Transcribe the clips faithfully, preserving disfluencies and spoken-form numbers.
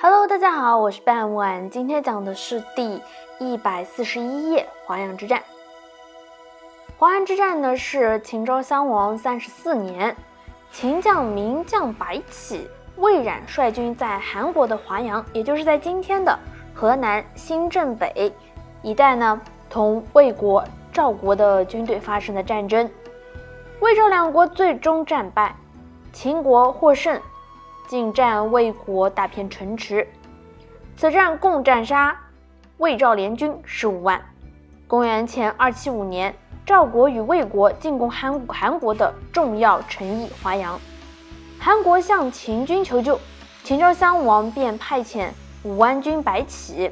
Hello， 大家好，我是半晚，今天讲的是第一百四十一页华阳之战。华阳之战呢是秦昭襄王三十四年，秦将名将白起、魏冉率军在韩国的华阳，也就是在今天的河南新郑北一带呢，同魏国、赵国的军队发生的战争。魏赵两国最终战败，秦国获胜，进占魏国大片城池。此战共斩杀魏赵联军十五万。公元前二七五年，赵国与魏国进攻韩韩国的重要城邑华阳，韩国向秦军求救，秦昭襄王便派遣武安君白起、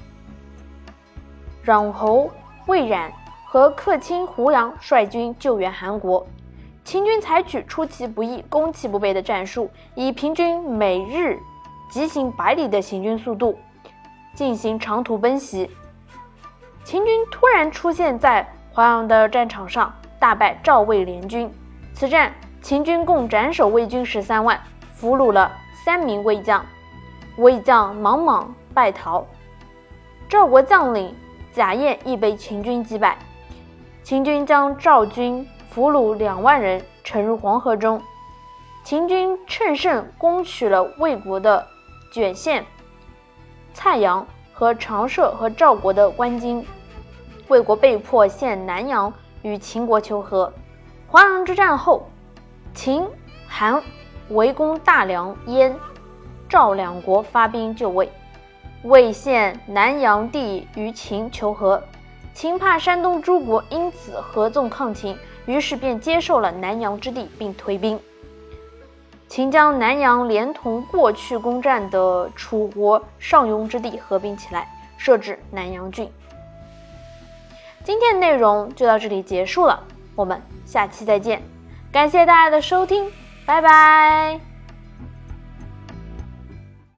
壤侯魏冉和客卿胡杨率军救援韩国。秦军采取出其不意、攻其不备的战术，以平均每日疾行百里的行军速度进行长途奔袭。秦军突然出现在华阳的战场上，大败赵魏联军。此战秦军共斩首魏军十三万，俘虏了三名魏将，魏将莽莽败逃。赵国将领贾燕亦被秦军击败。秦军将赵军俘虏两万人沉入黄河中。秦军乘胜攻取了魏国的卷县、蔡阳和长社和赵国的关津，魏国被迫陷南阳与秦国求和。华阳之战后，秦、韩围攻大梁、燕、赵两国发兵救魏，魏献南阳地与秦求和。秦怕山东诸国因此合纵抗秦，于是便接受了南阳之地并退兵。秦将南阳连同过去攻占的楚国上庸之地合并起来，设置南阳郡。今天的内容就到这里结束了，我们下期再见，感谢大家的收听，拜拜。